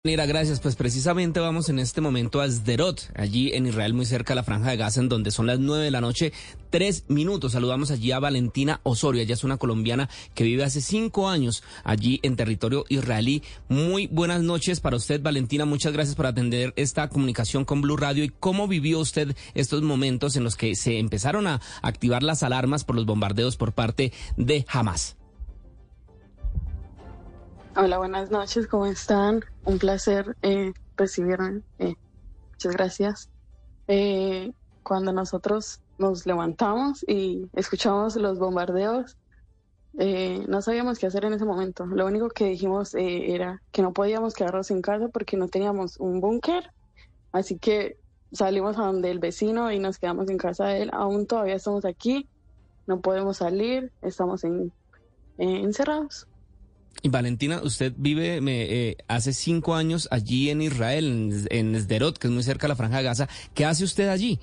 Mira, gracias. Pues precisamente vamos en este momento a Sderot, allí en Israel, muy cerca de la Franja de Gaza, en donde son las 9 de la noche, 3 minutos. Saludamos allí a Valentina Osorio. Ella es una colombiana que vive hace 5 años allí en territorio israelí. Muy buenas noches para usted, Valentina. Muchas gracias por atender esta comunicación con Blue Radio. ¿Y cómo vivió usted estos momentos en los que se empezaron a activar las alarmas por los bombardeos por parte de Hamas? Hola, buenas noches, ¿cómo están? Un placer recibirme. Muchas gracias. Cuando nosotros nos levantamos y escuchamos los bombardeos, no sabíamos qué hacer en ese momento. Lo único que dijimos era que no podíamos quedarnos en casa porque no teníamos un búnker. Así que salimos a donde el vecino y nos quedamos en casa de él. Aún todavía estamos aquí, no podemos salir, estamos encerrados. Y Valentina, usted vive hace 5 años allí en Israel, en Sderot, que es muy cerca de la Franja de Gaza. ¿Qué hace usted allí?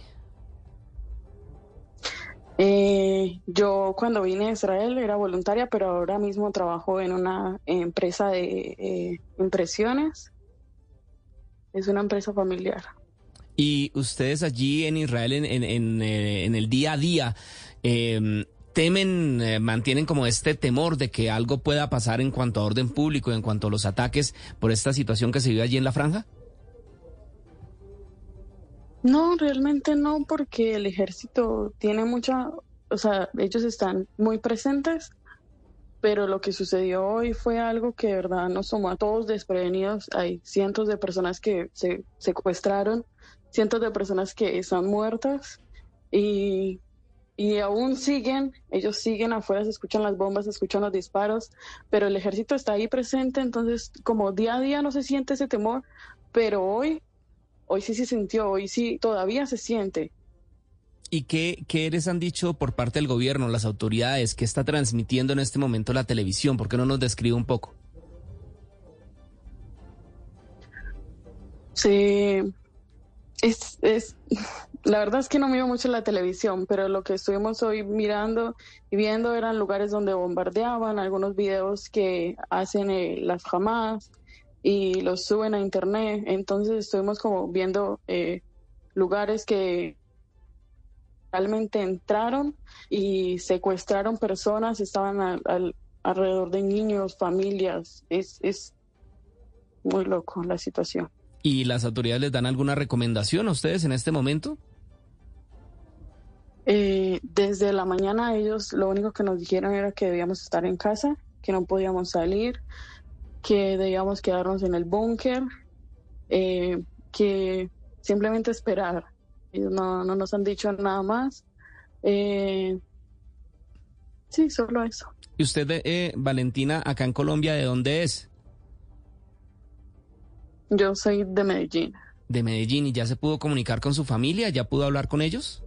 Yo cuando vine a Israel era voluntaria, pero ahora mismo trabajo en una empresa de impresiones. Es una empresa familiar. Y ustedes allí en Israel, en el día a día, temen, mantienen como este temor de que algo pueda pasar en cuanto a orden público, en cuanto a los ataques por esta situación que se vive allí en la franja? No, realmente no, porque el ejército tiene ellos están muy presentes, pero lo que sucedió hoy fue algo que de verdad nos tomó a todos desprevenidos. Hay cientos de personas que se secuestraron, cientos de personas que están muertas y aún ellos siguen afuera, se escuchan las bombas, se escuchan los disparos, pero el ejército está ahí presente, entonces como día a día no se siente ese temor, pero hoy sí se sintió, hoy sí todavía se siente. ¿Y qué les han dicho por parte del gobierno, las autoridades, que está transmitiendo en este momento la televisión? ¿Por qué no nos describe un poco? Sí, la verdad es que no miro mucho la televisión, pero lo que estuvimos hoy mirando y viendo eran lugares donde bombardeaban, algunos videos que hacen las Hamas y los suben a internet. Entonces estuvimos como viendo lugares que realmente entraron y secuestraron personas, estaban alrededor de niños, familias. Es muy loco la situación. ¿Y las autoridades les dan alguna recomendación a ustedes en este momento? Desde la mañana ellos lo único que nos dijeron era que debíamos estar en casa, que no podíamos salir, que debíamos quedarnos en el búnker, que simplemente esperar. Ellos no nos han dicho nada más. Sí, solo eso. ¿Y usted, Valentina, acá en Colombia, de dónde es? Yo soy de Medellín. De Medellín. ¿Y ya se pudo comunicar con su familia? ¿Ya pudo hablar con ellos?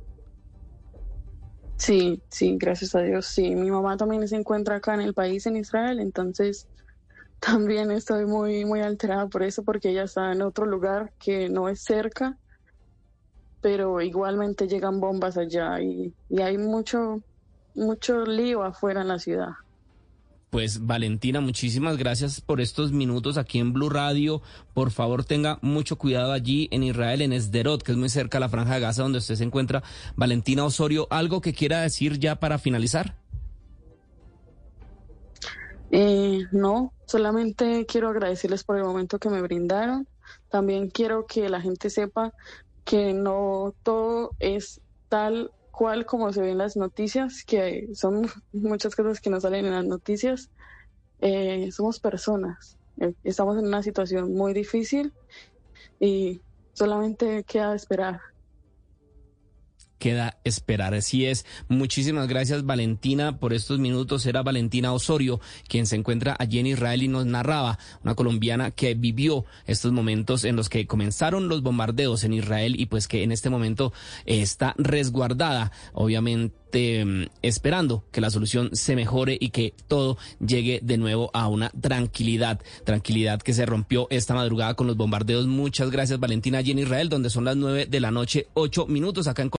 Sí, gracias a Dios, sí. Mi mamá también se encuentra acá en el país, en Israel, entonces también estoy muy, muy alterada por eso, porque ella está en otro lugar que no es cerca, pero igualmente llegan bombas allá y hay mucho lío afuera en la ciudad. Pues Valentina, muchísimas gracias por estos minutos aquí en Blue Radio. Por favor, tenga mucho cuidado allí en Israel, en Sderot, que es muy cerca de la Franja de Gaza, donde usted se encuentra. Valentina Osorio, ¿algo que quiera decir ya para finalizar? No, solamente quiero agradecerles por el momento que me brindaron. También quiero que la gente sepa que no todo es tal cual como se ve en las noticias, que son muchas cosas que no salen en las noticias. Somos personas, estamos en una situación muy difícil y solamente queda esperar. Queda esperar, así es. Muchísimas gracias, Valentina, por estos minutos. Era Valentina Osorio, quien se encuentra allí en Israel y nos narraba, una colombiana que vivió estos momentos en los que comenzaron los bombardeos en Israel y pues que en este momento está resguardada, obviamente esperando que la solución se mejore y que todo llegue de nuevo a una tranquilidad que se rompió esta madrugada con los bombardeos. Muchas gracias, Valentina, allí en Israel, donde son las 9 de la noche, 8 minutos acá en